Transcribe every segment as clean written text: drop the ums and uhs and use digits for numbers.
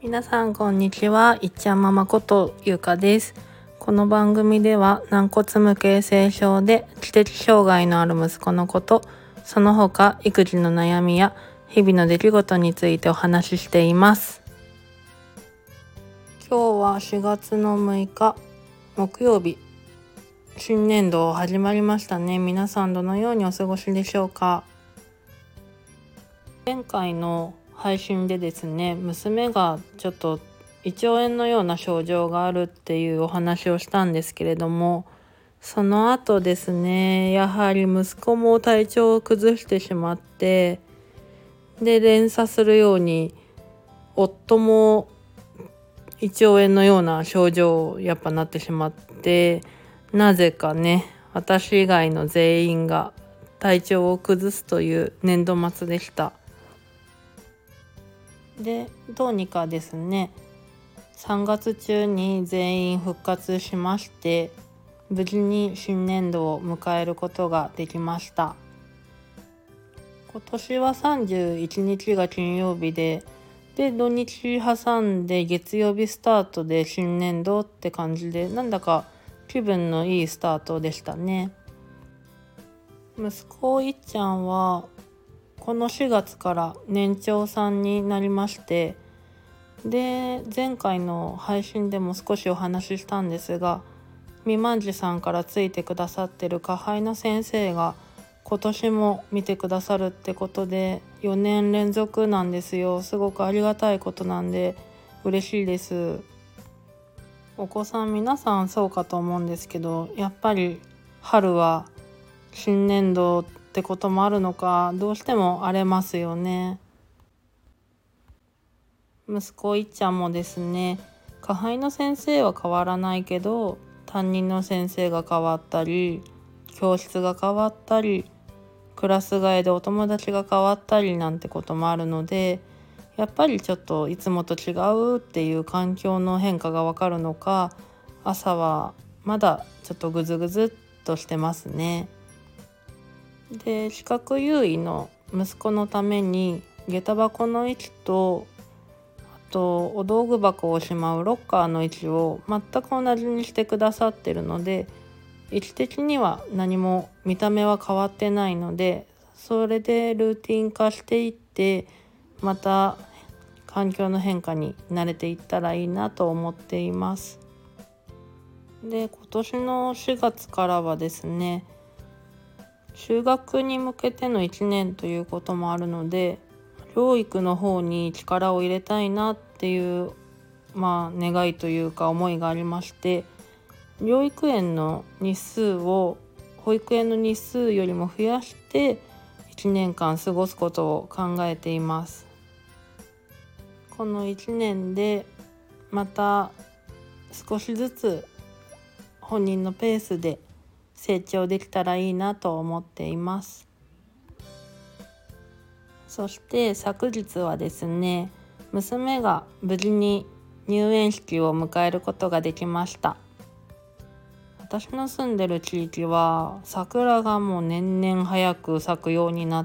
皆さんこんにちは。いっちゃんママことゆうかです。この番組では軟骨無形成症で知的障害のある息子のこと、その他育児の悩みや日々の出来事についてお話ししています。今日は4月の6日木曜日、新年度始まりましたね。皆さんどのようにお過ごしでしょうか。前回の配信でですね、娘がちょっと胃腸炎のような症状があるっていうお話をしたんですけれども、その後ですね、やはり息子も体調を崩してしまって、で連鎖するように夫も胃腸炎のような症状をやっぱなってしまって、なぜかね、私以外の全員が体調を崩すという年度末でした。でどうにかですね、3月中に全員復活しまして、無事に新年度を迎えることができました。今年は31日が金曜日で土日挟んで月曜日スタートで新年度って感じで、なんだか気分のいいスタートでしたね。息子いっちゃんはこの4月から年長さんになりまして、で前回の配信でも少しお話ししたんですが、みまんじさんからついてくださってる下輩の先生が今年も見てくださるってことで4年連続なんですよ。すごくありがたいことなんで嬉しいです。お子さん皆さんそうかと思うんですけど、やっぱり春は新年度ってこともあるのか、どうしても荒れますよね。息子いっちゃんもですね、下輩の先生は変わらないけど担任の先生が変わったり、教室が変わったり、クラス替えでお友達が変わったりなんてこともあるので、やっぱりちょっといつもと違うっていう環境の変化がわかるのか、朝はまだちょっとグズグズっとしてますね。で視覚優位の息子のために下駄箱の位置と、あとお道具箱をしまうロッカーの位置を全く同じにしてくださってるので、位置的には何も見た目は変わってないので、それでルーティン化していって、また環境の変化に慣れていったらいいなと思っています。で今年の4月からはですね、就学に向けての1年ということもあるので、教育の方に力を入れたいなっていう、願いというか思いがありまして、療育園の日数を保育園の日数よりも増やして1年間過ごすことを考えています。この1年でまた少しずつ本人のペースで成長できたらいいなと思っています。そして昨日はですね、娘が無事に入園式を迎えることができました。私の住んでる地域は桜がもう年々早く咲くようになって、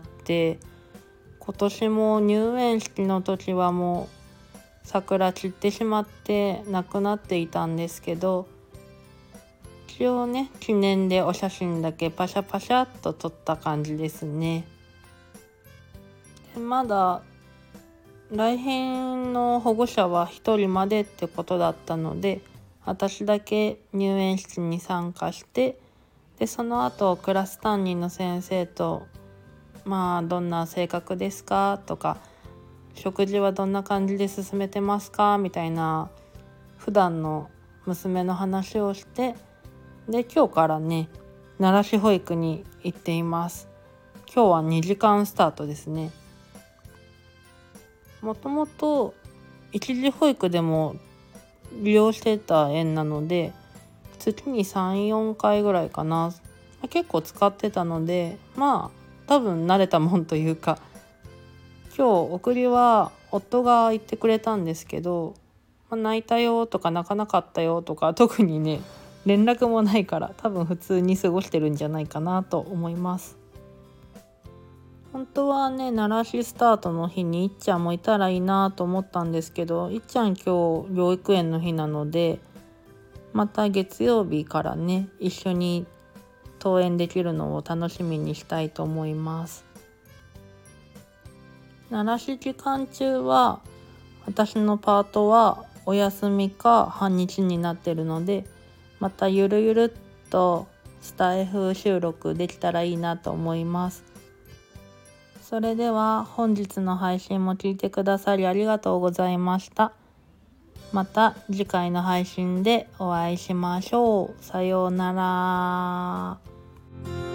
今年も入園式の時はもう桜散ってしまってなくなっていたんですけど、一応ね、記念でお写真だけパシャパシャっと撮った感じですね。でまだ来賓の保護者は1人までってことだったので、私だけ入園式に参加して、でその後クラス担任の先生とどんな性格ですかとか、食事はどんな感じで進めてますかみたいな普段の娘の話をして、で今日からね、奈良市保育に行っています。今日は2時間スタートですね。もともと一時保育でも利用してた園なので、月に 3,4 回ぐらいかな、結構使ってたので、多分慣れたもんというか、今日送りは夫が言ってくれたんですけど、泣いたよとか泣かなかったよとか特にね連絡もないから、多分普通に過ごしてるんじゃないかなと思います。 本当はね奈良市スタートの日にいっちゃんもいたらいいなと思ったんですけど、いっちゃん今日療育園の日なので、また月曜日からね一緒に登園できるのを楽しみにしたいと思います。奈良市期間中は私のパートはお休みか半日になってるので、またゆるゆるっとスタイフ収録できたらいいなと思います。それでは本日の配信も聞いてくださりありがとうございました。また次回の配信でお会いしましょう。さようなら。